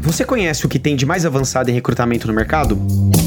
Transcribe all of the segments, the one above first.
Você conhece o que tem de mais avançado em recrutamento no mercado?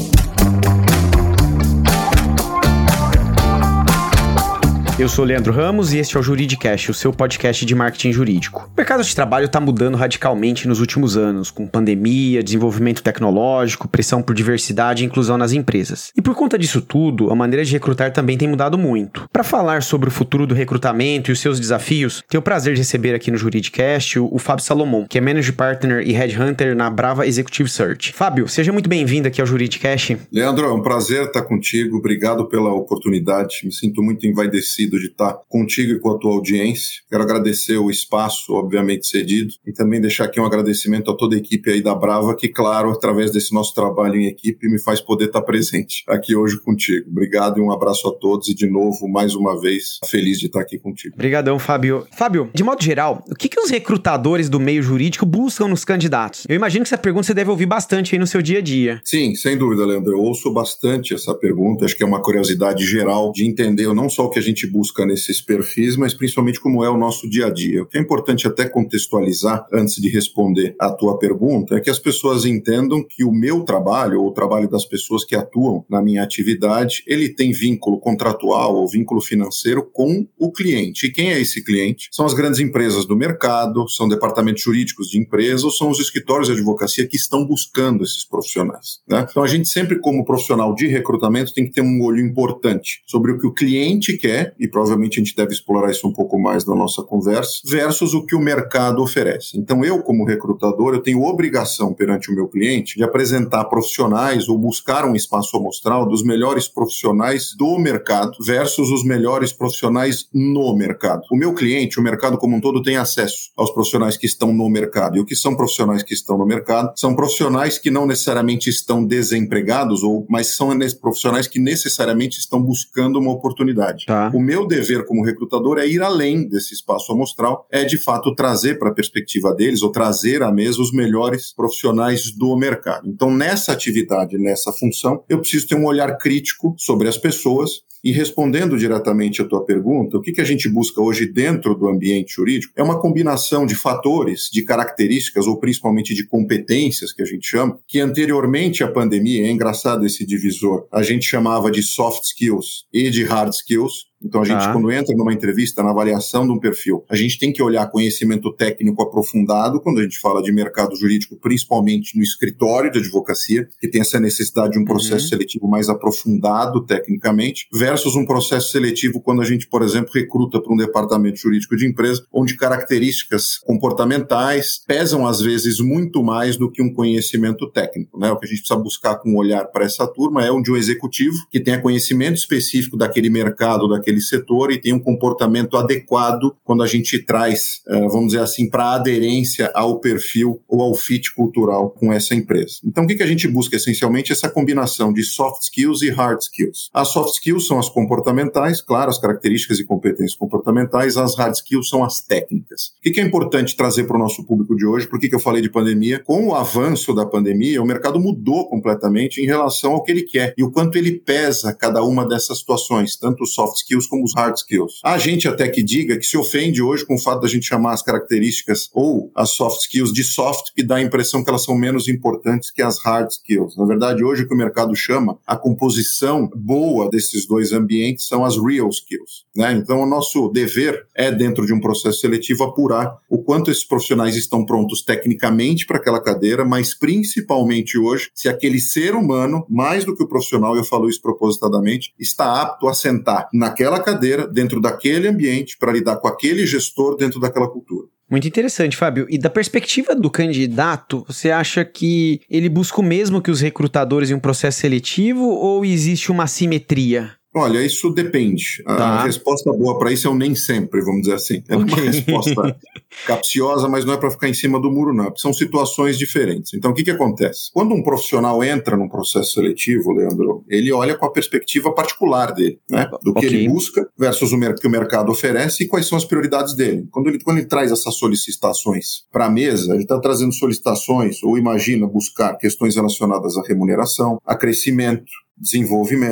Eu sou o Leandro Ramos e este é o Juridicast, o seu podcast de marketing jurídico. O mercado de trabalho está mudando radicalmente nos últimos anos, com pandemia, desenvolvimento tecnológico, pressão por diversidade e inclusão nas empresas. E por conta disso tudo, a maneira de recrutar também tem mudado muito. Para falar sobre o futuro do recrutamento e os seus desafios, tenho o prazer de receber aqui no Juridicast o Fábio Salomão, que é Managing Partner e Headhunter na Brava Executive Search. Fábio, seja muito bem-vindo aqui ao Juridicast. Leandro, é um prazer estar contigo, obrigado pela oportunidade, me sinto muito envaidecido de estar contigo e com a tua audiência. Quero agradecer o espaço, obviamente, cedido, e também deixar aqui um agradecimento a toda a equipe aí da Brava, que, claro, através desse nosso trabalho em equipe, me faz poder estar presente aqui hoje contigo. Obrigado e um abraço a todos e, de novo, mais uma vez, feliz de estar aqui contigo. Obrigadão, Fábio. Fábio, de modo geral, o que os recrutadores do meio jurídico buscam nos candidatos? Eu imagino que essa pergunta você deve ouvir bastante aí no seu dia a dia. Sim, sem dúvida, Leandro. Eu ouço bastante essa pergunta, acho que é uma curiosidade geral de entender não só o que a gente busca nesses perfis, mas principalmente como é o nosso dia a dia. O que é importante até contextualizar antes de responder a tua pergunta é que as pessoas entendam que o meu trabalho, ou o trabalho das pessoas que atuam na minha atividade, ele tem vínculo contratual ou vínculo financeiro com o cliente. E quem é esse cliente? São as grandes empresas do mercado, são departamentos jurídicos de empresas, ou são os escritórios de advocacia que estão buscando esses profissionais, né? Então a gente sempre, como profissional de recrutamento, tem que ter um olho importante sobre o que o cliente quer, e provavelmente a gente deve explorar isso um pouco mais na nossa conversa, versus o que o mercado oferece. Então eu, como recrutador, eu tenho obrigação perante o meu cliente de apresentar profissionais ou buscar um espaço amostral dos melhores profissionais do mercado versus os melhores profissionais no mercado. O meu cliente, o mercado como um todo, tem acesso aos profissionais que estão no mercado. E o que são profissionais que estão no mercado? São profissionais que não necessariamente estão desempregados, mas são profissionais que necessariamente estão buscando uma oportunidade. Tá. O meu dever como recrutador é ir além desse espaço amostral, é de fato trazer para a perspectiva deles, ou trazer à mesa os melhores profissionais do mercado. Então, nessa atividade, nessa função, eu preciso ter um olhar crítico sobre as pessoas. E respondendo diretamente à tua pergunta, o que a gente busca hoje dentro do ambiente jurídico é uma combinação de fatores, de características ou principalmente de competências, que a gente chama, que anteriormente à pandemia, é engraçado esse divisor, a gente chamava de soft skills e de hard skills. Então a gente, quando entra numa entrevista, na avaliação de um perfil, a gente tem que olhar conhecimento técnico aprofundado, quando a gente fala de mercado jurídico, principalmente no escritório de advocacia, que tem essa necessidade de um processo seletivo mais aprofundado tecnicamente, versus um processo seletivo quando a gente, por exemplo, recruta para um departamento jurídico de empresa, onde características comportamentais pesam, às vezes, muito mais do que um conhecimento técnico, né? O que a gente precisa buscar com um olhar para essa turma é de um executivo que tenha conhecimento específico daquele mercado, daquele setor, e tem um comportamento adequado quando a gente traz, vamos dizer assim, para a aderência ao perfil ou ao fit cultural com essa empresa. Então, o que a gente busca essencialmente? Essa combinação de soft skills e hard skills. As soft skills são as comportamentais, claro, as características e competências comportamentais, as hard skills são as técnicas. O que é importante trazer para o nosso público de hoje? Por que eu falei de pandemia? Com o avanço da pandemia, o mercado mudou completamente em relação ao que ele quer e o quanto ele pesa cada uma dessas situações, tanto os soft skills como os hard skills. Há gente até que diga que se ofende hoje com o fato da gente chamar as características ou as soft skills de soft, que dá a impressão que elas são menos importantes que as hard skills. Na verdade, hoje o que o mercado chama a composição boa desses dois ambientes são as real skills, né? Então, o nosso dever é, dentro de um processo seletivo, apurar o quanto esses profissionais estão prontos tecnicamente para aquela cadeira, mas principalmente hoje, se aquele ser humano, mais do que o profissional, eu falo isso propositadamente, está apto a sentar naquela cadeira, dentro daquele ambiente, para lidar com aquele gestor dentro daquela cultura. Muito interessante, Fábio. E da perspectiva do candidato, você acha que ele busca o mesmo que os recrutadores em um processo seletivo ou existe uma assimetria? Olha, isso depende. A resposta boa para isso é o nem sempre, vamos dizer assim. É uma resposta capciosa, mas não é para ficar em cima do muro, não. São situações diferentes. Então, o que acontece? Quando um profissional entra num processo seletivo, Leandro, ele olha com a perspectiva particular dele, né? Do que ele busca versus o que o mercado oferece e quais são as prioridades dele. Quando ele traz essas solicitações para a mesa, ele está trazendo solicitações, ou imagina buscar questões relacionadas à remuneração, a crescimento, desenvolvimento,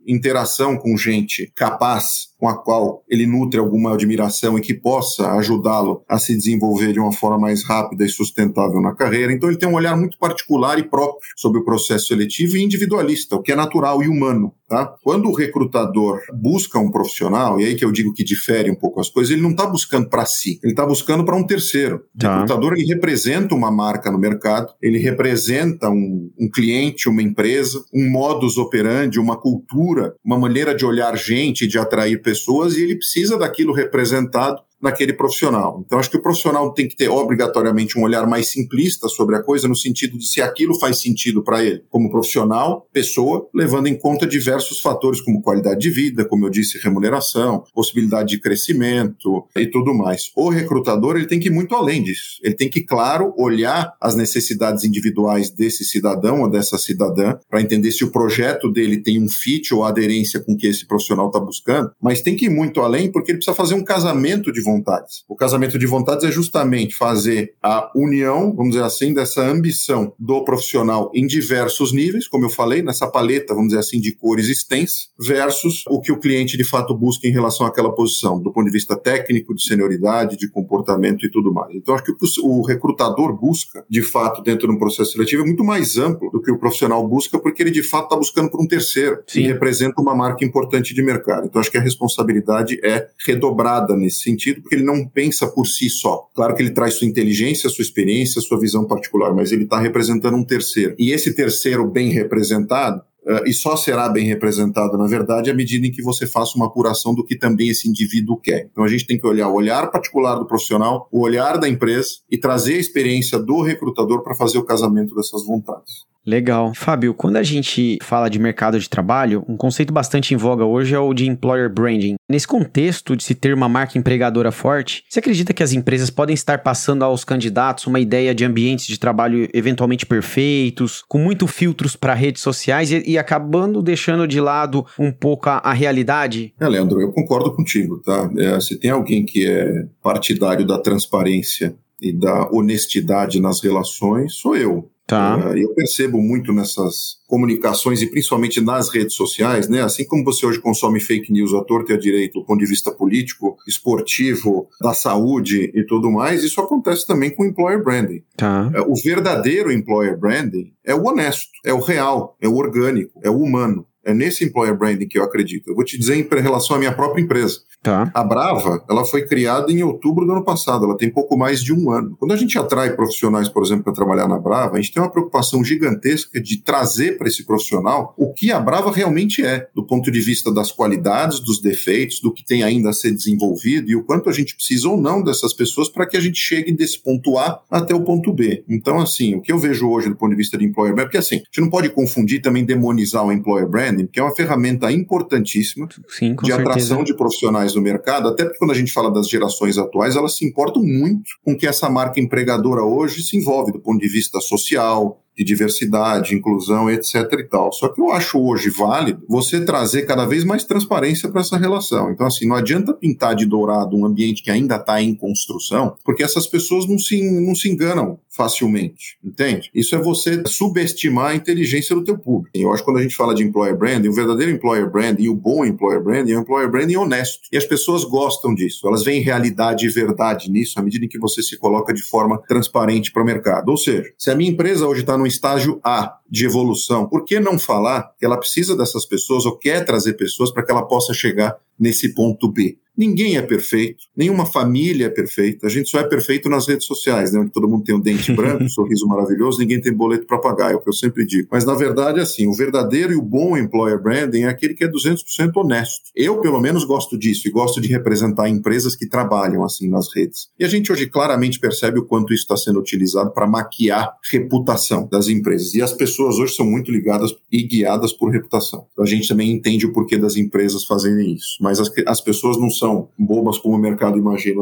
interação com gente capaz, com a qual ele nutre alguma admiração e que possa ajudá-lo a se desenvolver de uma forma mais rápida e sustentável na carreira. Então ele tem um olhar muito particular e próprio sobre o processo seletivo e individualista, o que é natural e humano. Tá? Quando o recrutador busca um profissional, e aí que eu digo que difere um pouco as coisas, ele não está buscando para si, ele está buscando para um terceiro. O recrutador, ele representa uma marca no mercado, ele representa um cliente, uma empresa, um modus operandi, uma cultura, uma maneira de olhar gente, de atrair pessoas, e ele precisa daquilo representado naquele profissional. Então, acho que o profissional tem que ter obrigatoriamente um olhar mais simplista sobre a coisa, no sentido de se aquilo faz sentido para ele, como profissional, pessoa, levando em conta diversos fatores, como qualidade de vida, como eu disse, remuneração, possibilidade de crescimento e tudo mais. O recrutador, ele tem que ir muito além disso. Ele tem que, claro, olhar as necessidades individuais desse cidadão ou dessa cidadã, para entender se o projeto dele tem um fit ou aderência com o que esse profissional está buscando, mas tem que ir muito além, porque ele precisa fazer um casamento de vontades. O casamento de vontades é justamente fazer a união, vamos dizer assim, dessa ambição do profissional em diversos níveis, como eu falei, nessa paleta, vamos dizer assim, de cores extensa, versus o que o cliente de fato busca em relação àquela posição, do ponto de vista técnico, de senioridade, de comportamento e tudo mais. Então, acho que o que o recrutador busca, de fato, dentro de um processo seletivo, é muito mais amplo do que o profissional busca, porque ele, de fato, está buscando por um terceiro, Sim, e representa uma marca importante de mercado. Então, acho que a responsabilidade é redobrada nesse sentido, porque ele não pensa por si só. Claro que ele traz sua inteligência, sua experiência, sua visão particular, mas ele está representando um terceiro. E esse terceiro bem representado, e só será bem representado, na verdade, à medida em que você faça uma apuração do que também esse indivíduo quer. Então a gente tem que olhar o olhar particular do profissional, o olhar da empresa e trazer a experiência do recrutador para fazer o casamento dessas vontades. Legal. Fábio, quando a gente fala de mercado de trabalho, um conceito bastante em voga hoje é o de employer branding. Nesse contexto de se ter uma marca empregadora forte, você acredita que as empresas podem estar passando aos candidatos uma ideia de ambientes de trabalho eventualmente perfeitos, com muito filtros para redes sociais e acabando deixando de lado um pouco a realidade? Leandro, eu concordo contigo, tá? Se tem alguém que é partidário da transparência e da honestidade nas relações, sou eu. Tá. Eu percebo muito nessas comunicações e principalmente nas redes sociais, né? Assim como você hoje consome fake news à torta e à direita do ponto de vista político, esportivo, da saúde e tudo mais, isso acontece também com o employer branding. Tá. O verdadeiro employer branding é o honesto, é o real, é o orgânico, é o humano. É nesse employer branding que eu acredito. Eu vou te dizer em relação à minha própria empresa. Tá. A Brava, ela foi criada em outubro do ano passado, ela tem pouco mais de um ano. Quando a gente atrai profissionais, por exemplo, para trabalhar na Brava, a gente tem uma preocupação gigantesca de trazer para esse profissional o que a Brava realmente é, do ponto de vista das qualidades, dos defeitos, do que tem ainda a ser desenvolvido e o quanto a gente precisa ou não dessas pessoas para que a gente chegue desse ponto A até o ponto B. Então, assim, o que eu vejo hoje do ponto de vista de employer branding, porque assim, a gente não pode confundir também demonizar o employer branding, que é uma ferramenta importantíssima. Sim, com de certeza. atração de profissionais no mercado, até porque quando a gente fala das gerações atuais, elas se importam muito com que essa marca empregadora hoje se envolve do ponto de vista social, de diversidade, inclusão, etc. e tal. Só que eu acho hoje válido você trazer cada vez mais transparência para essa relação. Então, assim, não adianta pintar de dourado um ambiente que ainda está em construção, porque essas pessoas não se enganam facilmente, entende? Isso é você subestimar a inteligência do teu público. Eu acho que quando a gente fala de employer branding, o verdadeiro employer branding e o bom employer branding é um employer branding honesto. E as pessoas gostam disso. Elas veem realidade e verdade nisso à medida em que você se coloca de forma transparente para o mercado. Ou seja, se a minha empresa hoje está no estágio A de evolução, por que não falar que ela precisa dessas pessoas ou quer trazer pessoas para que ela possa chegar nesse ponto B? Ninguém é perfeito, nenhuma família é perfeita, a gente só é perfeito nas redes sociais, né, onde todo mundo tem um dente branco, um sorriso maravilhoso, ninguém tem boleto para pagar, é o que eu sempre digo. Mas na verdade, assim, o verdadeiro e o bom employer branding é aquele que é 200% honesto. Eu, pelo menos, gosto disso e gosto de representar empresas que trabalham assim nas redes. E a gente hoje claramente percebe o quanto isso está sendo utilizado para maquiar reputação das empresas. E as pessoas hoje são muito ligadas e guiadas por reputação. Então, a gente também entende o porquê das empresas fazerem isso. Mas as pessoas não são bobas como o mercado imagina, não.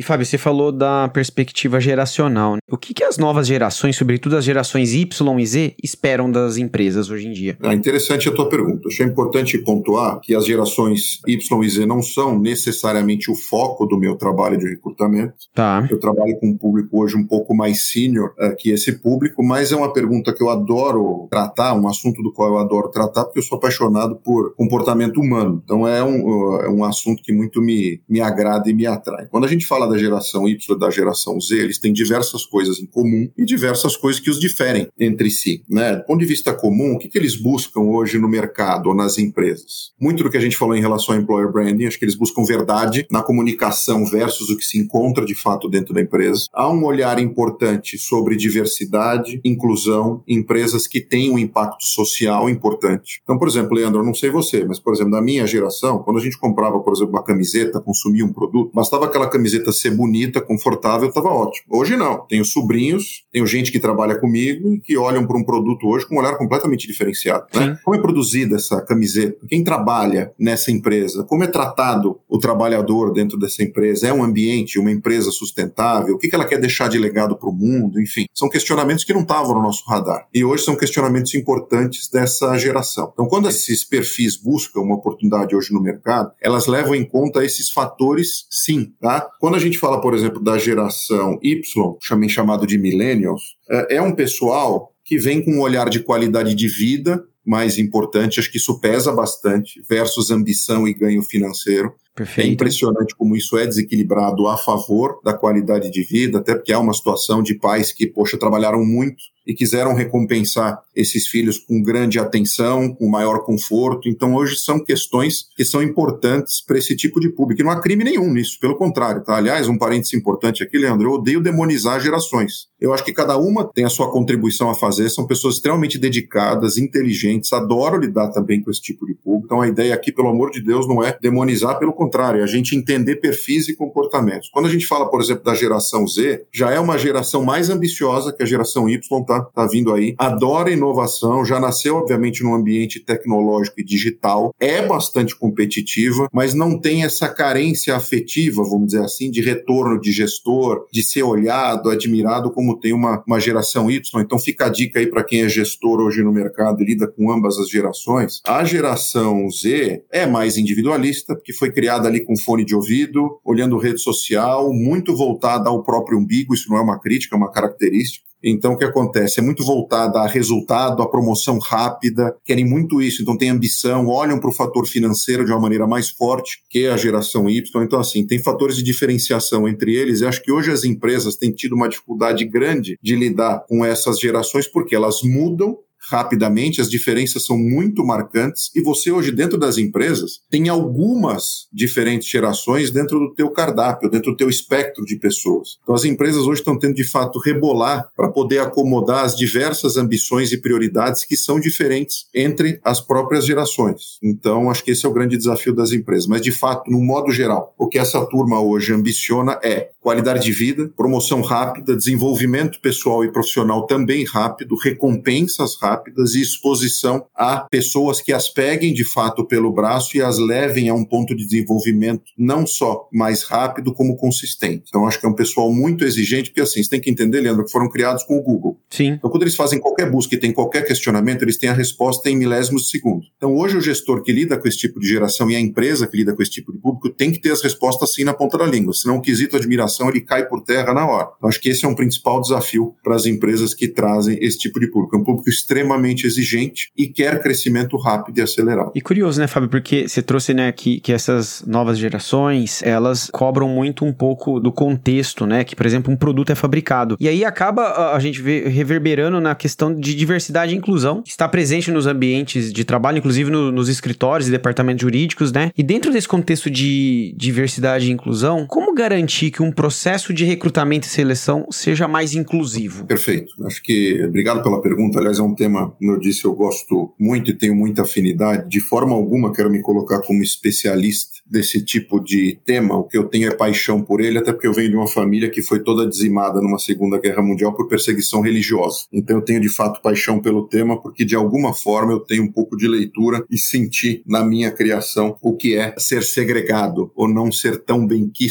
E Fábio, você falou da perspectiva geracional, né? O que as novas gerações, sobretudo as gerações Y e Z, esperam das empresas hoje em dia? Interessante a tua pergunta. Achei importante pontuar que as gerações Y e Z não são necessariamente o foco do meu trabalho de recrutamento. Tá. Eu trabalho com um público hoje um pouco mais sênior que esse público, mas é uma pergunta que eu adoro tratar, um assunto do qual eu adoro tratar, porque eu sou apaixonado por comportamento humano. Então é um assunto que muito me agrada e me atrai. Quando a gente fala da geração Y e da geração Z, eles têm diversas coisas em comum e diversas coisas que os diferem entre si, né? Do ponto de vista comum, o que eles buscam hoje no mercado ou nas empresas? Muito do que a gente falou em relação ao employer branding, acho que eles buscam verdade na comunicação versus o que se encontra de fato dentro da empresa. Há um olhar importante sobre diversidade, inclusão, empresas que têm um impacto social importante. Então, por exemplo, Leandro, eu não sei você, mas, por exemplo, da minha geração, quando a gente comprava, por exemplo, uma camiseta, consumia um produto, bastava aquela camiseta ser bonita, confortável, estava ótimo. Hoje não. Tenho sobrinhos, tenho gente que trabalha comigo e que olham para um produto hoje com um olhar completamente diferenciado, né? Como é produzida essa camiseta? Quem trabalha nessa empresa? Como é tratado o trabalhador dentro dessa empresa? É um ambiente, uma empresa sustentável? O que ela quer deixar de legado para o mundo? Enfim, são questionamentos que não estavam no nosso radar. E hoje são questionamentos importantes dessa geração. Então, quando esses perfis buscam uma oportunidade hoje no mercado, elas levam em conta esses fatores, sim, tá? Quando a gente fala, por exemplo, da geração Y, também chamado de millennials, é um pessoal que vem com um olhar de qualidade de vida mais importante, acho que isso pesa bastante, versus ambição e ganho financeiro. Perfeito. É impressionante como isso é desequilibrado a favor da qualidade de vida, até porque há uma situação de pais que, trabalharam muito e quiseram recompensar esses filhos com grande atenção, com maior conforto. Então, hoje são questões que são importantes para esse tipo de público. E não há crime nenhum nisso, pelo contrário. Tá? Aliás, um parênteses importante aqui, Leandro, eu odeio demonizar gerações. Eu acho que cada uma tem a sua contribuição a fazer, são pessoas extremamente dedicadas, inteligentes, adoro lidar também com esse tipo de público. Então, a ideia aqui, pelo amor de Deus, não é demonizar, pelo contrário, é a gente entender perfis e comportamentos. Quando a gente fala, por exemplo, da geração Z, já é uma geração mais ambiciosa que a geração Y, tá vindo aí, adora inovação, já nasceu, obviamente, num ambiente tecnológico e digital, é bastante competitiva, mas não tem essa carência afetiva, vamos dizer assim, de retorno de gestor, de ser olhado, admirado, como tem uma geração Y. Então fica a dica aí para quem é gestor hoje no mercado e lida com ambas as gerações. A geração Z é mais individualista, porque foi criada ali com fone de ouvido, olhando rede social, muito voltada ao próprio umbigo, isso não é uma crítica, é uma característica. Então, o que acontece? É muito voltada a resultado, a promoção rápida, querem muito isso, então tem ambição, olham para o fator financeiro de uma maneira mais forte que a geração Y. Então, assim, tem fatores de diferenciação entre eles. Eu acho que hoje as empresas têm tido uma dificuldade grande de lidar com essas gerações, porque elas mudam rapidamente, as diferenças são muito marcantes e você hoje dentro das empresas tem algumas diferentes gerações dentro do teu cardápio, dentro do teu espectro de pessoas. Então as empresas hoje estão tendo de fato rebolar para poder acomodar as diversas ambições e prioridades que são diferentes entre as próprias gerações. Então acho que esse é o grande desafio das empresas, mas de fato, no modo geral, o que essa turma hoje ambiciona é qualidade de vida, promoção rápida, desenvolvimento pessoal e profissional também rápido, recompensas rápidas e exposição a pessoas que as peguem de fato pelo braço e as levem a um ponto de desenvolvimento não só mais rápido, como consistente. Então, acho que é um pessoal muito exigente, porque assim, você tem que entender, Leandro, que foram criados com o Google. Sim. Então, quando eles fazem qualquer busca e tem qualquer questionamento, eles têm a resposta em milésimos de segundo. Então, hoje o gestor que lida com esse tipo de geração e a empresa que lida com esse tipo de público tem que ter as respostas assim na ponta da língua, senão o quesito admiração ele cai por terra na hora. Então, acho que esse é um principal desafio para as empresas que trazem esse tipo de público. É um público extremamente exigente e quer crescimento rápido e acelerado. E curioso, né, Fábio? Porque você trouxe, né, que essas novas gerações, elas cobram muito um pouco do contexto, né? Que, por exemplo, um produto é fabricado. E aí acaba a gente reverberando na questão de diversidade e inclusão, que está presente nos ambientes de trabalho, inclusive nos escritórios e departamentos jurídicos, né? E dentro desse contexto de diversidade e inclusão, como garantir que um processo de recrutamento e seleção seja mais inclusivo? Perfeito. Acho que, obrigado pela pergunta. Aliás, é um tema, como eu disse, eu gosto muito e tenho muita afinidade. De forma alguma quero me colocar como especialista desse tipo de tema. O que eu tenho é paixão por ele, até porque eu venho de uma família que foi toda dizimada numa Segunda Guerra Mundial por perseguição religiosa. Então eu tenho de fato paixão pelo tema, porque de alguma forma eu tenho um pouco de leitura e senti na minha criação o que é ser segregado ou não ser tão bem quisto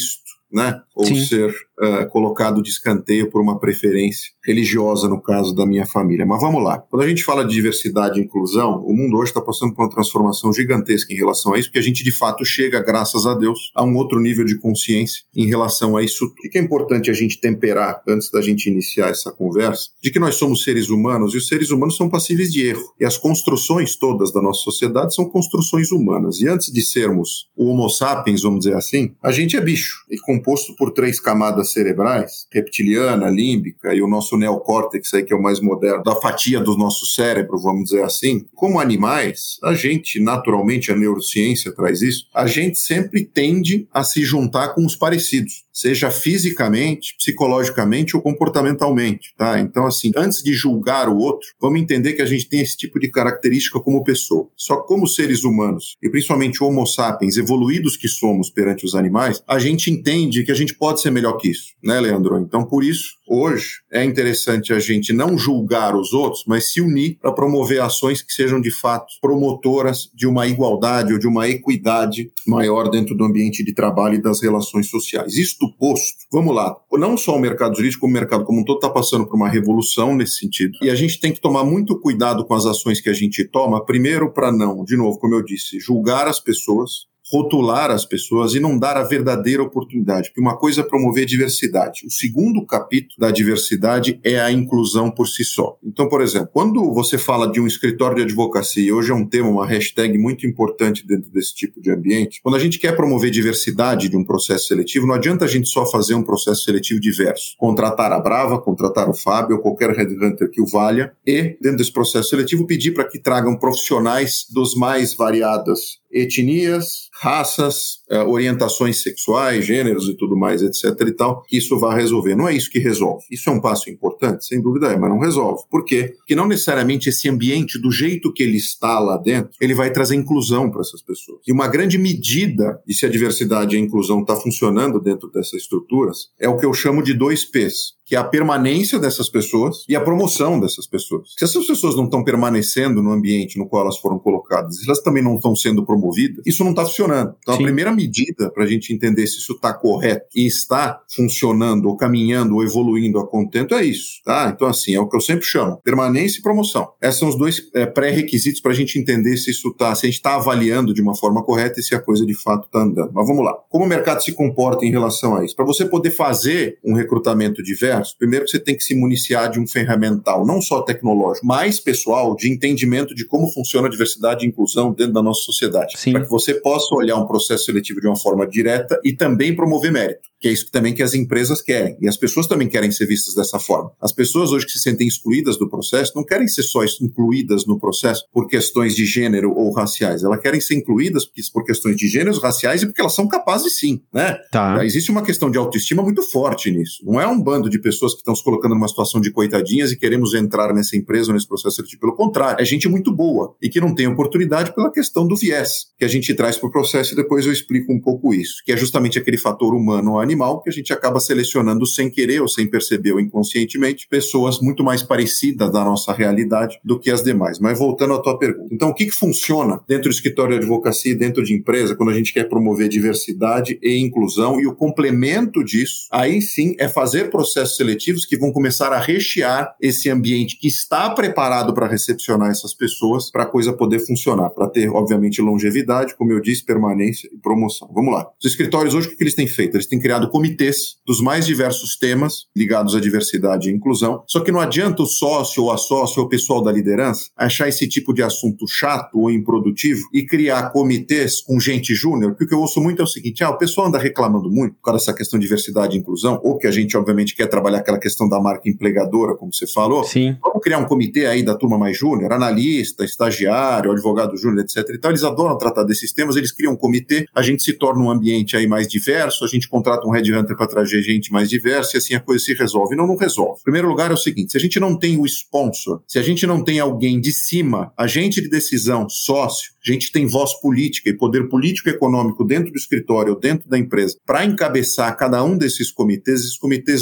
né? Ou Sim. ser colocado de escanteio por uma preferência religiosa, no caso da minha família. Mas vamos lá. Quando a gente fala de diversidade e inclusão, o mundo hoje está passando por uma transformação gigantesca em relação a isso, porque a gente, de fato, chega, graças a Deus, a um outro nível de consciência em relação a isso. O que é importante a gente temperar, antes da gente iniciar essa conversa, de que nós somos seres humanos, e os seres humanos são passíveis de erro. E as construções todas da nossa sociedade são construções humanas. E antes de sermos o Homo sapiens, vamos dizer assim, a gente é bicho, e composto por 3 camadas cerebrais, reptiliana, límbica e o nosso neocórtex aí, que é o mais moderno, da fatia do nosso cérebro, vamos dizer assim. Como animais, a gente, naturalmente, a neurociência traz isso, a gente sempre tende a se juntar com os parecidos, seja fisicamente, psicologicamente ou comportamentalmente, tá? Então, assim, antes de julgar o outro, vamos entender que a gente tem esse tipo de característica como pessoa. Só que como seres humanos, e principalmente Homo sapiens, evoluídos que somos perante os animais, a gente entende que a gente pode ser melhor que isso, né, Leandro? Então, por isso, hoje, é interessante a gente não julgar os outros, mas se unir para promover ações que sejam, de fato, promotoras de uma igualdade ou de uma equidade maior dentro do ambiente de trabalho e das relações sociais. Isto posto, vamos lá, não só o mercado jurídico, como o mercado como um todo está passando por uma revolução nesse sentido. E a gente tem que tomar muito cuidado com as ações que a gente toma, primeiro para não, de novo, como eu disse, julgar as pessoas, rotular as pessoas e não dar a verdadeira oportunidade, porque uma coisa é promover diversidade. O segundo capítulo da diversidade é a inclusão por si só. Então, por exemplo, quando você fala de um escritório de advocacia, e hoje é um tema, uma hashtag muito importante dentro desse tipo de ambiente, quando a gente quer promover diversidade de um processo seletivo, não adianta a gente só fazer um processo seletivo diverso. Contratar a Brava, contratar o Fábio ou qualquer headhunter que o valha e, dentro desse processo seletivo, pedir para que tragam profissionais dos mais variadas etnias, raças, orientações sexuais, gêneros e tudo mais, etc. e tal, que isso vai resolver. Não é isso que resolve. Isso é um passo importante, sem dúvida mas não resolve. Por quê? Porque não necessariamente esse ambiente, do jeito que ele está lá dentro, ele vai trazer inclusão para essas pessoas. E uma grande medida de se a diversidade e a inclusão está funcionando dentro dessas estruturas é o que eu chamo de 2 P's, que é a permanência dessas pessoas e a promoção dessas pessoas. Se essas pessoas não estão permanecendo no ambiente no qual elas foram colocadas, se elas também não estão sendo promovidas, isso não está funcionando. Então, Sim. A primeira medida para a gente entender se isso está correto e está funcionando, ou caminhando, ou evoluindo a contento é isso, tá? Então, assim, é o que eu sempre chamo, permanência e promoção. Esses são os 2 pré-requisitos para a gente entender se isso tá, se a gente está avaliando de uma forma correta e se a coisa de fato está andando. Mas vamos lá. Como o mercado se comporta em relação a isso? Para você poder fazer um recrutamento diverso, primeiro você tem que se municiar de um ferramental, não só tecnológico, mas pessoal, de entendimento de como funciona a diversidade e inclusão dentro da nossa sociedade. Para que você possa olhar um processo seletivo de uma forma direta e também promover mérito, que é isso também que as empresas querem. E as pessoas também querem ser vistas dessa forma. As pessoas hoje que se sentem excluídas do processo não querem ser só incluídas no processo por questões de gênero ou raciais. Elas querem ser incluídas por questões de gêneros, raciais e porque elas são capazes sim, né? Tá. Existe uma questão de autoestima muito forte nisso. Não é um bando de pessoas que estão se colocando numa situação de coitadinhas e queremos entrar nessa empresa ou nesse processo seletivo. Pelo contrário, é gente muito boa e que não tem oportunidade pela questão do viés que a gente traz para o processo e depois eu explico um pouco isso, que é justamente aquele fator humano ou animal que a gente acaba selecionando sem querer ou sem perceber ou inconscientemente pessoas muito mais parecidas da nossa realidade do que as demais. Mas voltando à tua pergunta. Então, o que funciona dentro do escritório de advocacia e dentro de empresa quando a gente quer promover diversidade e inclusão e o complemento disso, aí sim é fazer processos seletivos que vão começar a rechear esse ambiente que está preparado para recepcionar essas pessoas para a coisa poder funcionar, para ter, obviamente, longevidade, como eu disse, permanência e promoção. Vamos lá. Os escritórios hoje, o que eles têm feito? Eles têm criado comitês dos mais diversos temas ligados à diversidade e inclusão, só que não adianta o sócio ou a sócia ou o pessoal da liderança achar esse tipo de assunto chato ou improdutivo e criar comitês com gente júnior, porque o que eu ouço muito é o seguinte, o pessoal anda reclamando muito por causa dessa questão de diversidade e inclusão, ou que a gente, obviamente, quer trabalhar aquela questão da marca empregadora, como você falou. Sim. Vamos criar um comitê aí da turma mais júnior, analista, estagiário, advogado júnior, etc. Então, eles adoram tratar desses temas, eles criam um comitê, a gente se torna um ambiente aí mais diverso, a gente contrata um headhunter para trazer gente mais diversa e assim a coisa se resolve. Não resolve. Em primeiro lugar é o seguinte, se a gente não tem o sponsor, se a gente não tem alguém de cima, agente de decisão, sócio, gente que tem voz política e poder político e econômico dentro do escritório ou dentro da empresa, para encabeçar cada um desses comitês, esses comitês não vão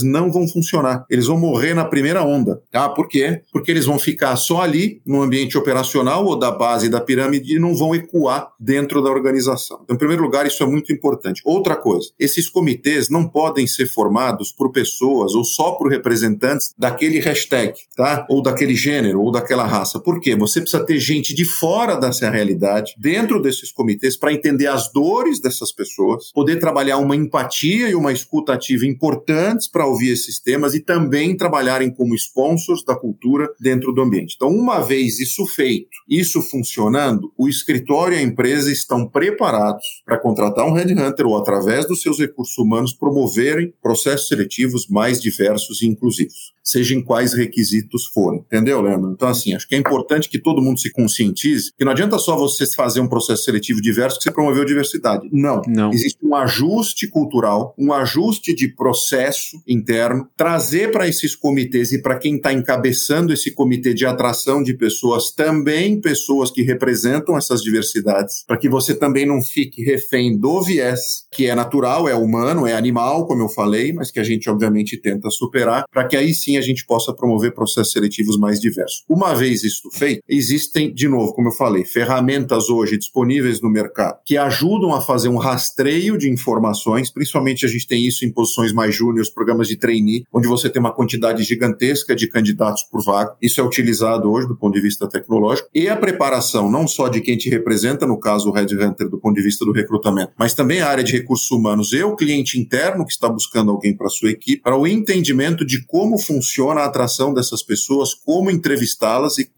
funcionar. Eles vão morrer na primeira onda. Por quê? Porque eles vão ficar só ali, no ambiente operacional ou da base da pirâmide e não vão ecoar dentro da organização. Então, em primeiro lugar, isso é muito importante. Outra coisa, esses comitês não podem ser formados por pessoas ou só por representantes daquele hashtag, tá? Ou daquele gênero, ou daquela raça. Por quê? Você precisa ter gente de fora dessa realidade, dentro desses comitês, para entender as dores dessas pessoas, poder trabalhar uma empatia e uma escuta ativa importantes para ouvir esses temas e também trabalharem como sponsors da cultura dentro do ambiente. Então, uma vez isso feito, isso funcionando, o escritório e a empresa estão preparados para contratar um headhunter ou, através dos seus recursos humanos, promoverem processos seletivos mais diversos e inclusivos, seja em quais requisitos forem. Entendeu, Leandro? Então, assim, acho que é importante que todo mundo se conscientize que não adianta só você fazer um processo seletivo diverso que você promoveu diversidade. Não. Existe um ajuste cultural, um ajuste de processo interno, trazer para esses comitês e para quem está encabeçando esse comitê de atração de pessoas, também pessoas que representam essas diversidades, para que você também não fique refém do viés, que é natural, é humano, é animal, como eu falei, mas que a gente obviamente tenta superar, para que aí sim a gente possa promover processos seletivos mais diversos. Uma vez isso feito, existem, de novo, como eu falei, ferramentas hoje disponíveis no mercado que ajudam a fazer um rastreio de informações, principalmente a gente tem isso em posições mais júniores, programas de trainee, onde você tem uma quantidade gigantesca de candidatos por vaga. Isso é utilizado hoje do ponto de vista tecnológico. E a preparação, não só de quem te representa, no caso o headhunter, do ponto de vista do recrutamento, mas também a área de recursos humanos e o cliente interno que está buscando alguém para a sua equipe, para o entendimento de como funciona a atração dessas pessoas, como entrevistá-las e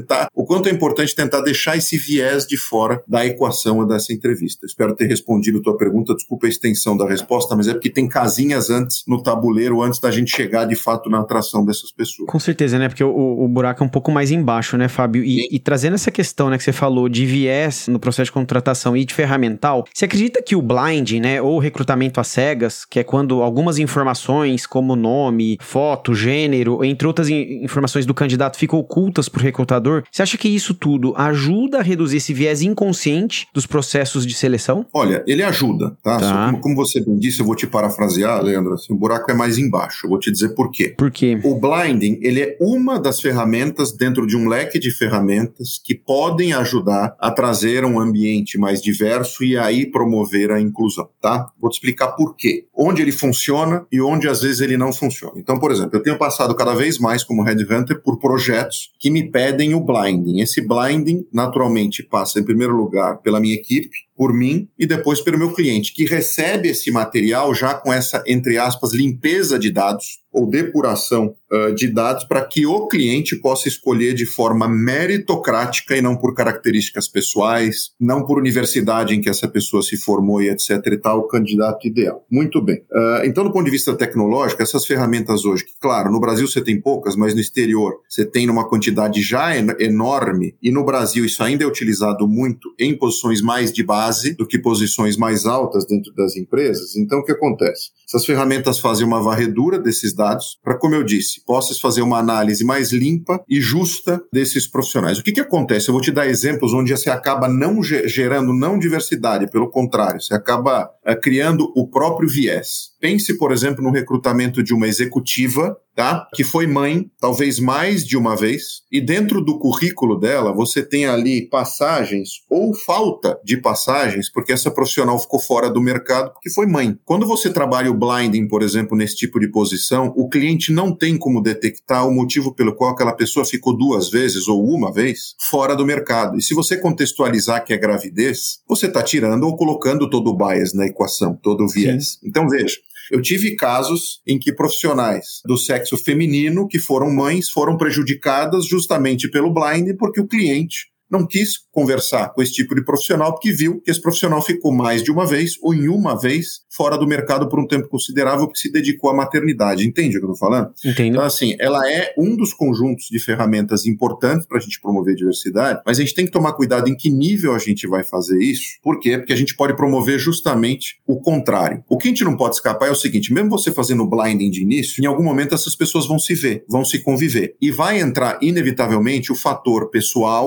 o quanto é importante tentar deixar esse viés de fora da equação dessa entrevista. Espero ter respondido a tua pergunta, desculpa a extensão da resposta, mas é porque tem casinhas antes no tabuleiro, antes da gente chegar de fato na atração dessas pessoas. Com certeza, né? Porque o buraco é um pouco mais embaixo, né, Fábio? E trazendo essa questão, né, que você falou de viés no processo de contratação e de ferramental, você acredita que o blinding, né, ou recrutamento às cegas, que é quando algumas informações como nome, foto, gênero, entre outras informações do candidato ficam ocultas para o recrutador, você acha que isso tudo ajuda a reduzir esse viés inconsciente dos processos de seleção? Olha, ele ajuda, tá? Como você bem disse, eu vou te parafrasear, Leandro, assim, o buraco é mais embaixo, eu vou te dizer por quê. Por quê? O blinding, ele é uma das ferramentas dentro de um leque de ferramentas que podem ajudar a trazer um ambiente mais diverso e aí promover a inclusão, tá? Vou te explicar por quê. Onde ele funciona e onde às vezes ele não funciona. Então, por exemplo, eu tenho passado cada vez mais como headhunter por projetos que me pedem o blinding. Esse blinding, naturalmente, passa em primeiro lugar pela minha equipe, por mim e depois pelo meu cliente, que recebe esse material já com essa, entre aspas, limpeza de dados ou depuração de dados para que o cliente possa escolher de forma meritocrática e não por características pessoais, não por universidade em que essa pessoa se formou e etc e tal, o candidato ideal. Muito bem. Então, do ponto de vista tecnológico, essas ferramentas hoje, que claro, no Brasil você tem poucas, mas no exterior você tem numa quantidade já enorme e no Brasil isso ainda é utilizado muito em posições mais de base do que posições mais altas dentro das empresas. Então, o que acontece? Essas ferramentas fazem uma varredura desses dados para, como eu disse, possas fazer uma análise mais limpa e justa desses profissionais. O que acontece? Eu vou te dar exemplos onde você acaba não gerando não diversidade, pelo contrário, você acaba criando o próprio viés. Pense, por exemplo, no recrutamento de uma executiva, tá? Que foi mãe, talvez mais de uma vez, e dentro do currículo dela você tem ali passagens ou falta de passagens, porque essa profissional ficou fora do mercado porque foi mãe. Quando você trabalha o blinding, por exemplo, nesse tipo de posição, o cliente não tem como detectar o motivo pelo qual aquela pessoa ficou 2 vezes ou uma vez fora do mercado. E se você contextualizar que é gravidez, você está tirando ou colocando todo o bias na equação, todo o viés. Sim. Então, veja, eu tive casos em que profissionais do sexo feminino que foram mães foram prejudicadas justamente pelo blind porque o cliente não quis conversar com esse tipo de profissional porque viu que esse profissional ficou mais de uma vez ou em uma vez fora do mercado por um tempo considerável porque se dedicou à maternidade. Entende o que eu estou falando? Entendo. Então, assim, ela é um dos conjuntos de ferramentas importantes para a gente promover diversidade, mas a gente tem que tomar cuidado em que nível a gente vai fazer isso. Por quê? Porque a gente pode promover justamente o contrário. O que a gente não pode escapar é o seguinte, mesmo você fazendo o blinding de início, em algum momento essas pessoas vão se ver, vão se conviver. E vai entrar, inevitavelmente, o fator pessoal e humano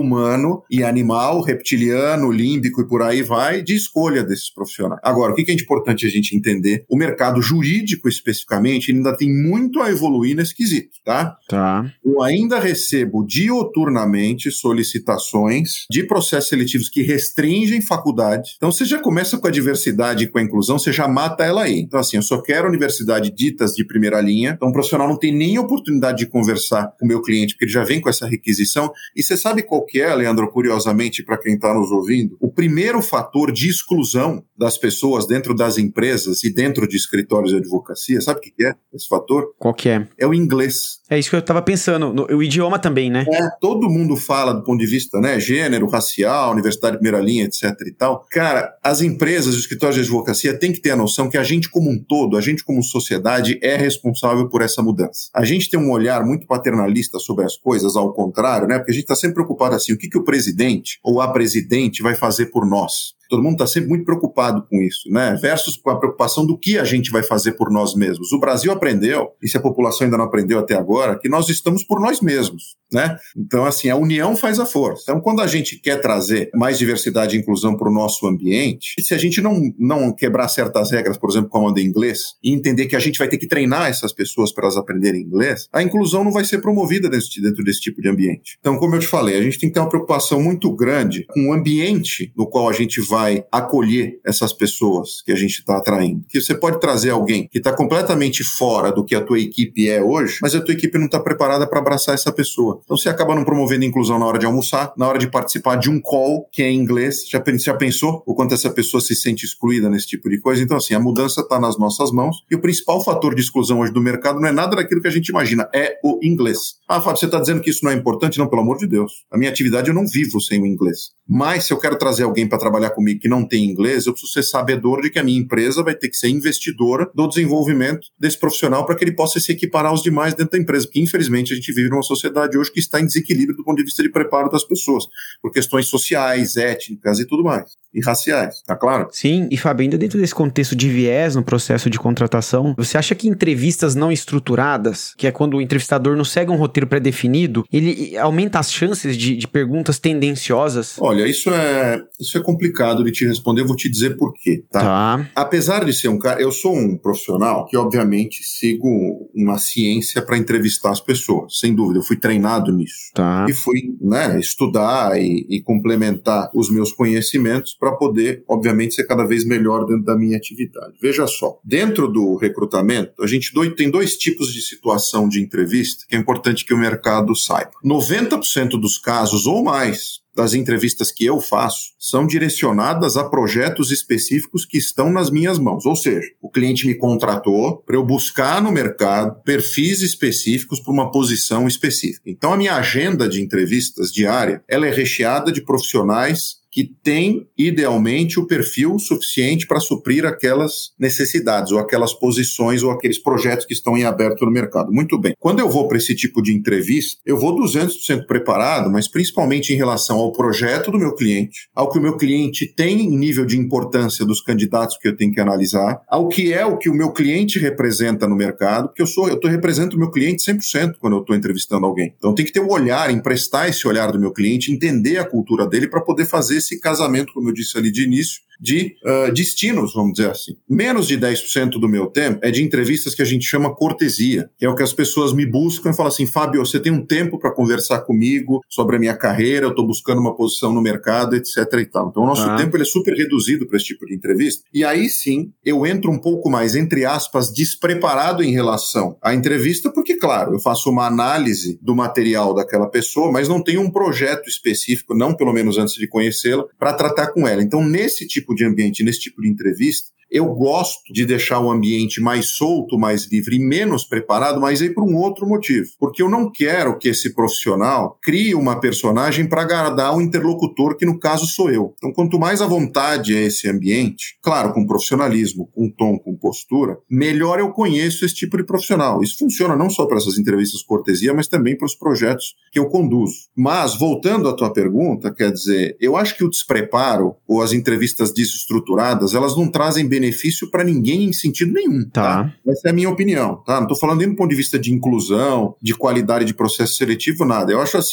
humano e animal, reptiliano, límbico e por aí vai, de escolha desses profissionais. Agora, o que é importante a gente entender? O mercado jurídico, especificamente, ainda tem muito a evoluir nesse quesito, tá? Eu ainda recebo dioturnamente solicitações de processos seletivos que restringem faculdade. Então, você já começa com a diversidade e com a inclusão, você já mata ela aí. Então, assim, eu só quero universidade ditas de primeira linha. Então, o profissional não tem nem oportunidade de conversar com o meu cliente, porque ele já vem com essa requisição. E você sabe qual que é, Leandro, curiosamente, para quem está nos ouvindo? O primeiro fator de exclusão das pessoas dentro das empresas e dentro de escritórios de advocacia, sabe o que é esse fator? Qual que é? É o inglês. É isso que eu estava pensando, o idioma também, né? Todo mundo fala do ponto de vista, né, gênero, racial, universidade de primeira linha, etc e tal. Cara, as empresas, os escritórios de advocacia têm que ter a noção que a gente como um todo, a gente como sociedade é responsável por essa mudança. A gente tem um olhar muito paternalista sobre as coisas, ao contrário, né, porque a gente está sempre preocupado assim, o que o presidente ou a presidente vai fazer por nós? Todo mundo está sempre muito preocupado com isso, né? Versus com a preocupação do que a gente vai fazer por nós mesmos. O Brasil aprendeu, e se a população ainda não aprendeu até agora, que nós estamos por nós mesmos, né? Então, assim, a união faz a força. Então, quando a gente quer trazer mais diversidade e inclusão para o nosso ambiente, se a gente não quebrar certas regras, por exemplo, como a de inglês, e entender que a gente vai ter que treinar essas pessoas para elas aprenderem inglês, a inclusão não vai ser promovida dentro desse tipo de ambiente. Então, como eu te falei, a gente tem que ter uma preocupação muito grande com o ambiente no qual a gente vai acolher essas pessoas que a gente está atraindo. Que você pode trazer alguém que está completamente fora do que a tua equipe é hoje, mas a tua equipe não está preparada para abraçar essa pessoa. Então você acaba não promovendo inclusão na hora de almoçar, na hora de participar de um call que é em inglês. Já pensou o quanto essa pessoa se sente excluída nesse tipo de coisa? Então, assim, a mudança está nas nossas mãos e o principal fator de exclusão hoje do mercado não é nada daquilo que a gente imagina, é o inglês. Ah, Fábio, você está dizendo que isso não é importante? Não, pelo amor de Deus. A minha atividade eu não vivo sem o inglês. Mas se eu quero trazer alguém para trabalhar comigo que não tem inglês, eu preciso ser sabedor de que a minha empresa vai ter que ser investidora do desenvolvimento desse profissional para que ele possa se equiparar aos demais dentro da empresa, porque infelizmente a gente vive numa sociedade hoje que está em desequilíbrio do ponto de vista de preparo das pessoas, por questões sociais, étnicas e tudo mais, e raciais, tá claro? Sim, e Fábio, ainda dentro desse contexto de viés no processo de contratação, você acha que entrevistas não estruturadas, que é quando o entrevistador não segue um roteiro pré-definido, ele aumenta as chances de perguntas tendenciosas? Olha, isso é complicado de te responder, eu vou te dizer por quê, tá? Apesar de ser um cara, eu sou um profissional que obviamente sigo uma ciência para entrevistar as pessoas, sem dúvida, eu fui treinado nisso. E fui, né, estudar e complementar os meus conhecimentos para poder, obviamente, ser cada vez melhor dentro da minha atividade. Veja só, dentro do recrutamento, a gente tem dois tipos de situação de entrevista que é importante que o mercado saiba. 90% dos casos ou mais das entrevistas que eu faço são direcionadas a projetos específicos que estão nas minhas mãos. Ou seja, o cliente me contratou para eu buscar no mercado perfis específicos para uma posição específica. Então, a minha agenda de entrevistas diária, ela é recheada de profissionais que tem, idealmente, o perfil suficiente para suprir aquelas necessidades, ou aquelas posições, ou aqueles projetos que estão em aberto no mercado. Muito bem. Quando eu vou para esse tipo de entrevista, eu vou 200% preparado, mas principalmente em relação ao projeto do meu cliente, ao que o meu cliente tem em nível de importância dos candidatos que eu tenho que analisar, ao que é o que o meu cliente representa no mercado, porque eu represento o meu cliente 100% quando eu estou entrevistando alguém. Então tem que ter um olhar, emprestar esse olhar do meu cliente, entender a cultura dele para poder fazer esse casamento, como eu disse ali de início, de destinos, vamos dizer assim. Menos de 10% do meu tempo é de entrevistas que a gente chama cortesia, que é o que as pessoas me buscam e falam assim, Fábio, você tem um tempo para conversar comigo sobre a minha carreira, eu estou buscando uma posição no mercado, etc. e tal. Então o nosso tempo ele é super reduzido para esse tipo de entrevista, e aí sim eu entro um pouco mais, entre aspas, despreparado em relação à entrevista, porque claro, eu faço uma análise do material daquela pessoa, mas não tenho um projeto específico, não pelo menos antes de conhecê-la, para tratar com ela. Então nesse tipo de ambiente, nesse tipo de entrevista, eu gosto de deixar o ambiente mais solto, mais livre e menos preparado, mas aí por um outro motivo. Porque eu não quero que esse profissional crie uma personagem para agradar o interlocutor, que no caso sou eu. Então, quanto mais à vontade é esse ambiente, claro, com profissionalismo, com tom, com postura, melhor eu conheço esse tipo de profissional. Isso funciona não só para essas entrevistas cortesia, mas também para os projetos que eu conduzo. Mas, voltando à tua pergunta, quer dizer, eu acho que o despreparo ou as entrevistas desestruturadas, elas não trazem benefício para ninguém em sentido nenhum, tá? Essa é a minha opinião, tá? Não estou falando nem do ponto de vista de inclusão, de qualidade de processo seletivo, nada. Eu acho assim,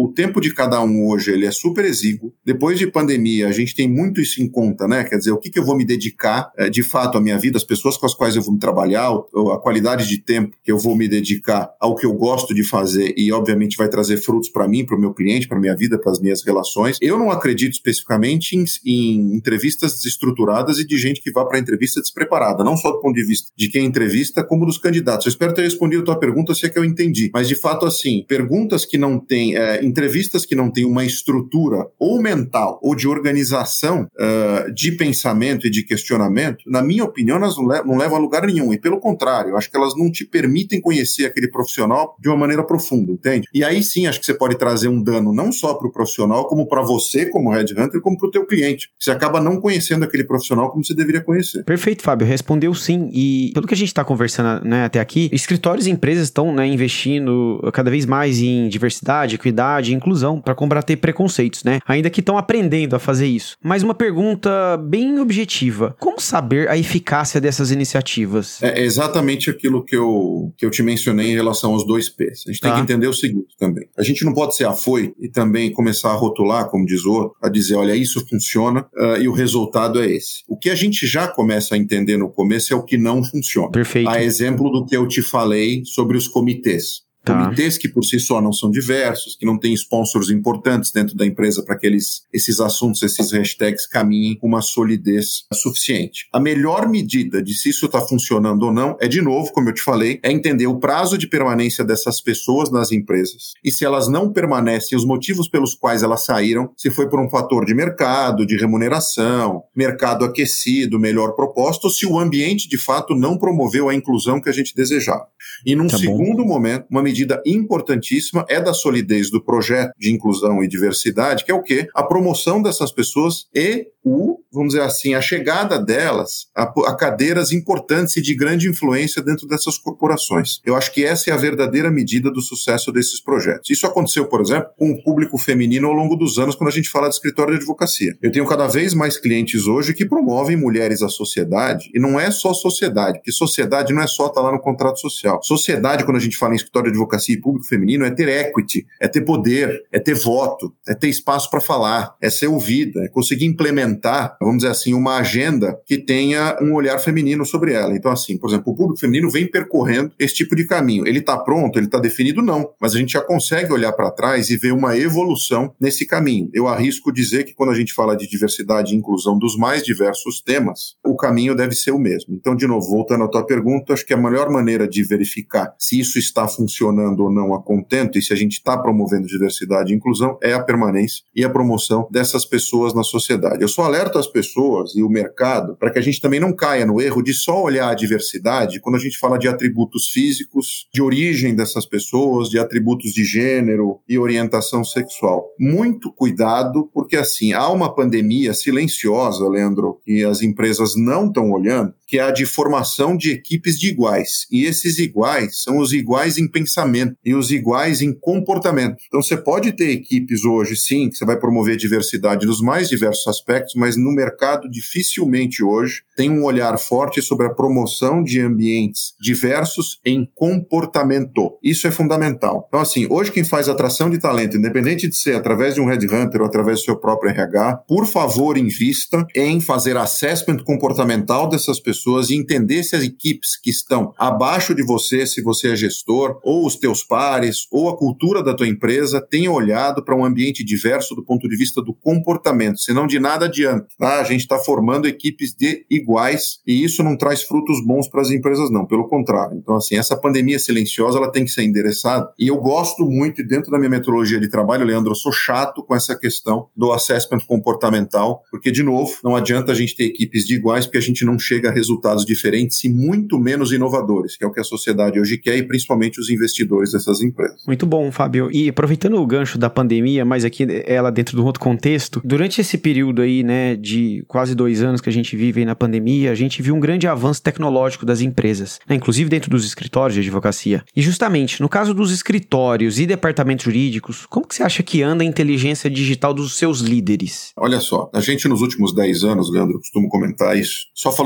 o tempo de cada um hoje ele é super exíguo. Depois de pandemia, a gente tem muito isso em conta, né? Quer dizer, o que eu vou me dedicar de fato à minha vida, as pessoas com as quais eu vou me trabalhar, a qualidade de tempo que eu vou me dedicar ao que eu gosto de fazer e, obviamente, vai trazer frutos para mim, para o meu cliente, para a minha vida, para as minhas relações. Eu não acredito especificamente em entrevistas desestruturadas e de gente que vá para a entrevista despreparada, não só do ponto de vista de quem entrevista, como dos candidatos. Eu espero ter respondido a tua pergunta, se é que eu entendi. Mas, de fato, assim, perguntas que não têm, entrevistas que não têm uma estrutura ou mental ou de organização de pensamento e de questionamento, na minha opinião, elas não levam a lugar nenhum. E, pelo contrário, eu acho que elas não te permitem conhecer aquele profissional de uma maneira profunda, entende? E aí sim, acho que você pode trazer um dano não só para o profissional, como para você como headhunter, como para o teu cliente. Você acaba não conhecendo aquele profissional como você deveria conhecer. Perfeito, Fábio. Respondeu sim. E pelo que a gente está conversando, né, até aqui, escritórios e empresas estão, né, investindo cada vez mais em diversidade, equidade e inclusão para combater preconceitos, né? Ainda que estão aprendendo a fazer isso. Mas uma pergunta bem objetiva. Como saber a eficácia dessas iniciativas? É exatamente aquilo que eu te mencionei em relação aos 2 P's. A gente tem que entender o seguinte também. A gente não pode ser afoito e também começar a rotular, como diz o outro, a dizer, olha, isso funciona e o resultado é esse. O que a gente já começa a entender no começo é o que não funciona. Perfeito. A exemplo do que eu te falei sobre os comitês. Comitês que por si só não são diversos, que não têm sponsors importantes dentro da empresa para que esses assuntos, esses hashtags caminhem com uma solidez suficiente. A melhor medida de se isso está funcionando ou não é, de novo, como eu te falei, é entender o prazo de permanência dessas pessoas nas empresas e se elas não permanecem, os motivos pelos quais elas saíram, se foi por um fator de mercado, de remuneração, mercado aquecido, melhor proposta, ou se o ambiente de fato não promoveu a inclusão que a gente desejava. E num segundo momento, uma medida importantíssima é da solidez do projeto de inclusão e diversidade, que é o quê? A promoção dessas pessoas e vamos dizer assim, a chegada delas a cadeiras importantes e de grande influência dentro dessas corporações. Eu acho que essa é a verdadeira medida do sucesso desses projetos. Isso aconteceu, por exemplo, com o público feminino ao longo dos anos, quando a gente fala de escritório de advocacia. Eu tenho cada vez mais clientes hoje que promovem mulheres à sociedade, e não é só sociedade, porque sociedade não é só estar lá no contrato social. Sociedade, quando a gente fala em escritório de advocacia e público feminino, é ter equity, é ter poder, é ter voto, é ter espaço para falar, é ser ouvida, é conseguir implementar, vamos dizer assim, uma agenda que tenha um olhar feminino sobre ela. Então, assim, por exemplo, o público feminino vem percorrendo esse tipo de caminho. Ele está pronto? Ele está definido? Não. Mas a gente já consegue olhar para trás e ver uma evolução nesse caminho. Eu arrisco dizer que quando a gente fala de diversidade e inclusão dos mais diversos temas, o caminho deve ser o mesmo. Então, de novo, voltando à tua pergunta, acho que a melhor maneira de verificar se isso está funcionando ou não a contento e se a gente está promovendo diversidade e inclusão é a permanência e a promoção dessas pessoas na sociedade. Eu só alerto as pessoas e o mercado para que a gente também não caia no erro de só olhar a diversidade quando a gente fala de atributos físicos, de origem dessas pessoas, de atributos de gênero e orientação sexual. Muito cuidado, porque assim, há uma pandemia silenciosa, Leandro, que as empresas não estão olhando, que é a de formação de equipes de iguais. E esses iguais são os iguais em pensamento e os iguais em comportamento. Então você pode ter equipes hoje, sim, que você vai promover diversidade nos mais diversos aspectos, mas no mercado dificilmente hoje tem um olhar forte sobre a promoção de ambientes diversos em comportamento. Isso é fundamental. Então assim, hoje quem faz atração de talento, independente de ser através de um headhunter ou através do seu próprio RH, por favor invista em fazer assessment comportamental dessas pessoas e entender se as equipes que estão abaixo de você, se você é gestor, ou os teus pares, ou a cultura da tua empresa, tenha olhado para um ambiente diverso do ponto de vista do comportamento, senão de nada adianta. Tá? A gente está formando equipes de iguais e isso não traz frutos bons para as empresas, não, pelo contrário. Então, assim, essa pandemia silenciosa, ela tem que ser endereçada e eu gosto muito, e dentro da minha metodologia de trabalho, Leandro, eu sou chato com essa questão do assessment comportamental, porque, de novo, não adianta a gente ter equipes de iguais porque a gente não chega a resultados diferentes e muito menos inovadores, que é o que a sociedade hoje quer e principalmente os investidores dessas empresas. Muito bom, Fábio. E aproveitando o gancho da pandemia, mas aqui ela dentro de um outro contexto, durante esse período aí, né, de quase 2 anos que a gente vive aí na pandemia, a gente viu um grande avanço tecnológico das empresas, né, inclusive dentro dos escritórios de advocacia. E justamente, no caso dos escritórios e departamentos jurídicos, como que você acha que anda a inteligência digital dos seus líderes? Olha só, a gente nos últimos 10 anos, Leandro, costumo comentar isso, só falou de tecnologia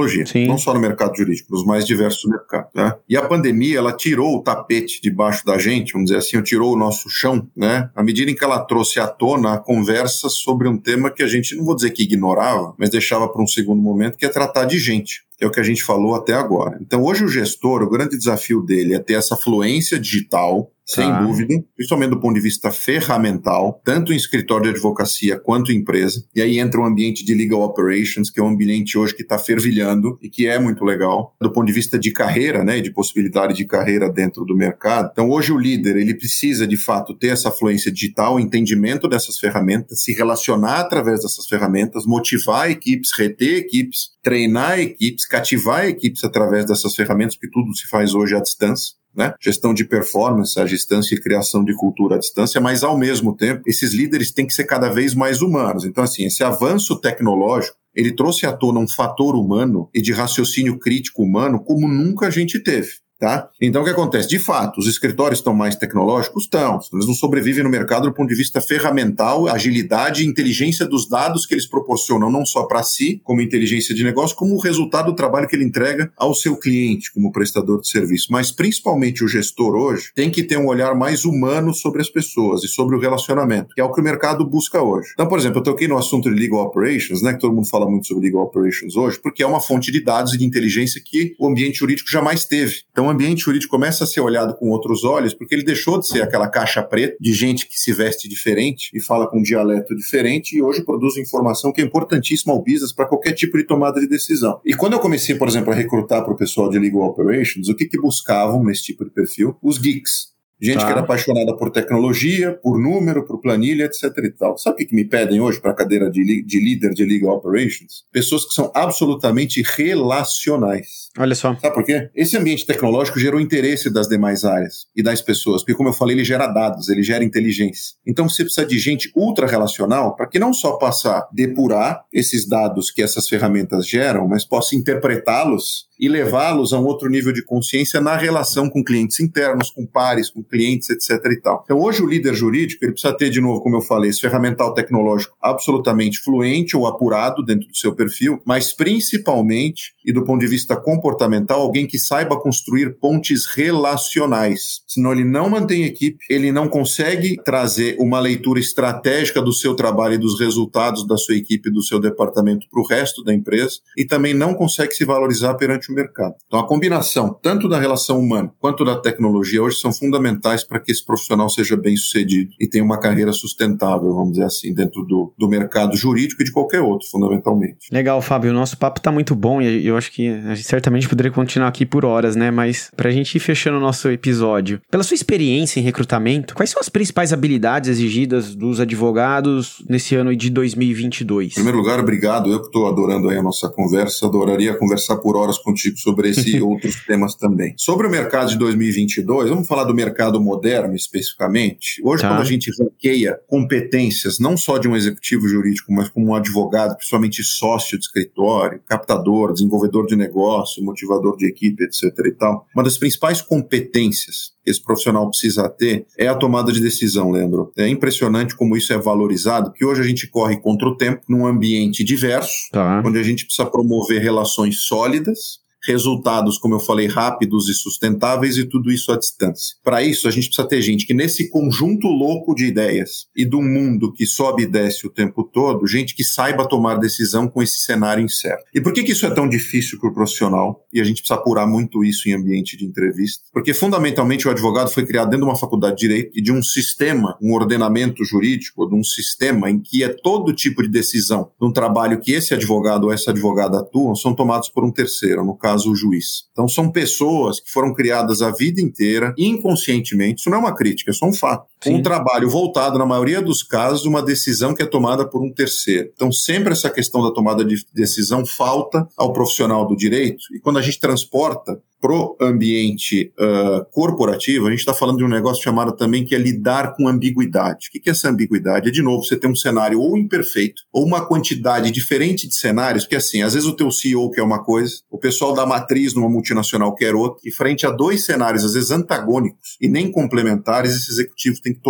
tecnologia. Sim. Não só no mercado jurídico, nos mais diversos mercados. Né? E a pandemia, ela tirou o tapete debaixo da gente, vamos dizer assim, tirou o nosso chão, né? À medida em que ela trouxe à tona a conversa sobre um tema que a gente, não vou dizer que ignorava, mas deixava para um segundo momento, que é tratar de gente. Que é o que a gente falou até agora. Então, hoje o gestor, o grande desafio dele é ter essa fluência digital, sem dúvida, principalmente do ponto de vista ferramental, tanto em escritório de advocacia quanto em empresa. E aí entra o ambiente de legal operations, que é um ambiente hoje que está fervilhando e que é muito legal, do ponto de vista de carreira, né, de possibilidade de carreira dentro do mercado. Então, hoje o líder, ele precisa, de fato, ter essa fluência digital, entendimento dessas ferramentas, se relacionar através dessas ferramentas, motivar equipes, reter equipes, treinar equipes, cativar equipes através dessas ferramentas, porque tudo se faz hoje à distância. Né? Gestão de performance, à distância e criação de cultura à distância, mas ao mesmo tempo, esses líderes têm que ser cada vez mais humanos. Então, assim, esse avanço tecnológico, ele trouxe à tona um fator humano e de raciocínio crítico humano como nunca a gente teve. Tá? Então, o que acontece? De fato, os escritórios estão mais tecnológicos? Estão. Eles não sobrevivem no mercado do ponto de vista ferramental, agilidade e inteligência dos dados que eles proporcionam, não só para si, como inteligência de negócio, como o resultado do trabalho que ele entrega ao seu cliente, como prestador de serviço. Mas, principalmente, o gestor hoje tem que ter um olhar mais humano sobre as pessoas e sobre o relacionamento, que é o que o mercado busca hoje. Então, por exemplo, eu toquei no assunto de legal operations, né, que todo mundo fala muito sobre legal operations hoje, porque é uma fonte de dados e de inteligência que o ambiente jurídico jamais teve. Então, o ambiente jurídico começa a ser olhado com outros olhos, porque ele deixou de ser aquela caixa preta de gente que se veste diferente e fala com um dialeto diferente e hoje produz informação que é importantíssima ao business para qualquer tipo de tomada de decisão. E quando eu comecei, por exemplo, a recrutar para o pessoal de Legal Operations, o que buscavam nesse tipo de perfil? Os geeks. Gente que era apaixonada por tecnologia, por número, por planilha, etc e tal. Sabe o que me pedem hoje para a cadeira de líder de Legal Operations? Pessoas que são absolutamente relacionais. Olha só. Sabe por quê? Esse ambiente tecnológico gerou interesse das demais áreas e das pessoas, porque, como eu falei, ele gera dados, ele gera inteligência. Então, você precisa de gente ultra relacional para que não só possa depurar esses dados que essas ferramentas geram, mas possa interpretá-los e levá-los a um outro nível de consciência na relação com clientes internos, com pares, com clientes, etc e tal. Então, hoje o líder jurídico, ele precisa ter, de novo, como eu falei, esse ferramental tecnológico absolutamente fluente ou apurado dentro do seu perfil, mas principalmente, e do ponto de vista comportamental, alguém que saiba construir pontes relacionais. Senão ele não mantém equipe, ele não consegue trazer uma leitura estratégica do seu trabalho e dos resultados da sua equipe e do seu departamento para o resto da empresa e também não consegue se valorizar perante o mercado. Então, a combinação tanto da relação humana quanto da tecnologia hoje são fundamentais para que esse profissional seja bem sucedido e tenha uma carreira sustentável, vamos dizer assim, dentro do mercado jurídico e de qualquer outro, fundamentalmente. Legal, Fábio. O nosso papo tá muito bom e eu acho que a gente certamente poderia continuar aqui por horas, né? Mas pra gente ir fechando o nosso episódio, pela sua experiência em recrutamento, quais são as principais habilidades exigidas dos advogados nesse ano de 2022? Em primeiro lugar, obrigado. Eu que estou adorando aí a nossa conversa, adoraria conversar por horas contigo sobre esse e outros temas também. Sobre o mercado de 2022, vamos falar do mercado moderno especificamente. Hoje, quando a gente ranqueia competências, não só de um executivo jurídico, mas como um advogado, principalmente sócio de escritório, captador, desenvolvedor de negócio, motivador de equipe, etc e tal, uma das principais competências que esse profissional precisa ter é a tomada de decisão, Leandro. É impressionante como isso é valorizado, porque hoje a gente corre contra o tempo num ambiente diverso, onde a gente precisa promover relações sólidas, resultados, como eu falei, rápidos e sustentáveis e tudo isso à distância. Para isso, a gente precisa ter gente que nesse conjunto louco de ideias e do mundo que sobe e desce o tempo todo, gente que saiba tomar decisão com esse cenário incerto. E por que isso é tão difícil para o profissional? E a gente precisa apurar muito isso em ambiente de entrevista. Porque, fundamentalmente, o advogado foi criado dentro de uma faculdade de direito e de um sistema, um ordenamento jurídico, de um sistema em que todo tipo de decisão de um trabalho que esse advogado ou essa advogada atuam são tomados por um terceiro, no caso, o juiz. Então, são pessoas que foram criadas a vida inteira, inconscientemente, isso não é uma crítica, é só um fato. Um trabalho voltado, na maioria dos casos, uma decisão que é tomada por um terceiro. Então, sempre essa questão da tomada de decisão falta ao profissional do direito, e quando a gente transporta pro ambiente corporativo, a gente está falando de um negócio chamado também que é lidar com ambiguidade. O que é essa ambiguidade? É, de novo, você tem um cenário ou imperfeito, ou uma quantidade diferente de cenários, que assim, às vezes o teu CEO quer uma coisa, o pessoal da matriz numa multinacional quer outra, e frente a dois cenários, às vezes antagônicos e nem complementares, esse executivo tem que tomar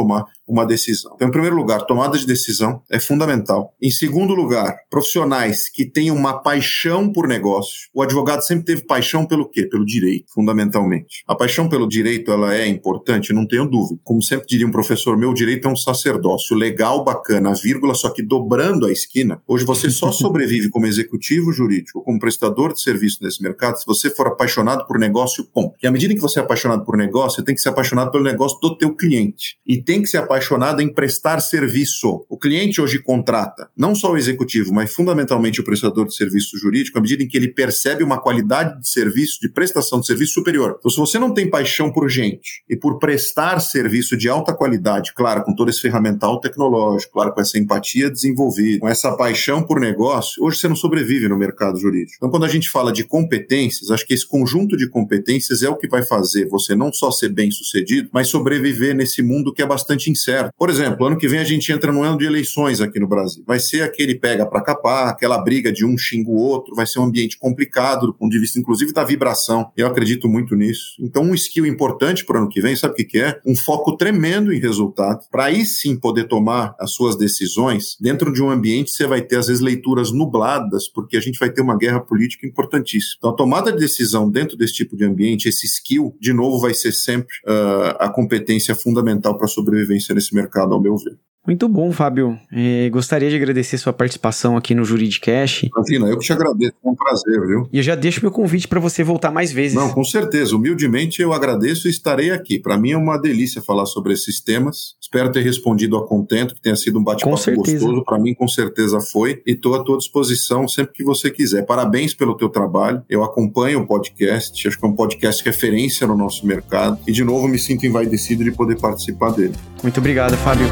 uma decisão. Então, em primeiro lugar, tomada de decisão é fundamental. Em segundo lugar, profissionais que tenham uma paixão por negócio. O advogado sempre teve paixão pelo quê? Pelo direito, fundamentalmente. A paixão pelo direito, ela é importante, não tenho dúvida. Como sempre diria um professor meu, o direito é um sacerdócio. Legal, bacana, vírgula, só que dobrando a esquina. Hoje você só sobrevive como executivo jurídico, como prestador de serviço nesse mercado, se você for apaixonado por negócio, ponto. E à medida que você é apaixonado por negócio, você tem que ser apaixonado pelo negócio do teu cliente. E tem que ser apaixonado em prestar serviço. O cliente hoje contrata, não só o executivo, mas fundamentalmente o prestador de serviço jurídico, à medida em que ele percebe uma qualidade de serviço, de prestação de serviço superior. Então, se você não tem paixão por gente e por prestar serviço de alta qualidade, claro, com todo esse ferramental tecnológico, claro, com essa empatia desenvolvida, com essa paixão por negócio, hoje você não sobrevive no mercado jurídico. Então, quando a gente fala de competências, acho que esse conjunto de competências é o que vai fazer você não só ser bem-sucedido, mas sobreviver nesse mundo que é bastante incerto. Por exemplo, ano que vem a gente entra num ano de eleições aqui no Brasil. Vai ser aquele pega pra capar, aquela briga de um xinga o outro, vai ser um ambiente complicado do ponto de vista, inclusive, da vibração. Eu acredito muito nisso. Então, um skill importante para o ano que vem, sabe o que é? Um foco tremendo em resultados, para aí sim poder tomar as suas decisões. Dentro de um ambiente você vai ter, às vezes, leituras nubladas, porque a gente vai ter uma guerra política importantíssima. Então, a tomada de decisão dentro desse tipo de ambiente, esse skill, de novo, vai ser sempre a competência fundamental para a sobrevivência nesse mercado, ao meu ver. Muito bom, Fábio. Gostaria de agradecer sua participação aqui no Juridicast. Imagina, eu que te agradeço, foi um prazer, viu? E eu já deixo meu convite para você voltar mais vezes. Não, com certeza, humildemente eu agradeço e estarei aqui. Para mim é uma delícia falar sobre esses temas. Espero ter respondido a contento, que tenha sido um bate-papo gostoso. Para mim, com certeza foi. E estou à tua disposição sempre que você quiser. Parabéns pelo teu trabalho. Eu acompanho o podcast, acho que é um podcast referência no nosso mercado. E, de novo, me sinto envaidecido de poder participar dele. Muito obrigado, Fábio.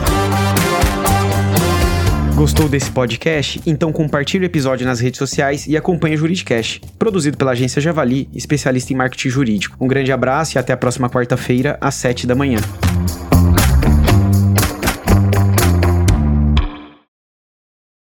Gostou desse podcast? Então compartilhe o episódio nas redes sociais e acompanhe o Juridicast, produzido pela agência Javali, especialista em marketing jurídico. Um grande abraço e até a próxima quarta-feira, às 7 da manhã.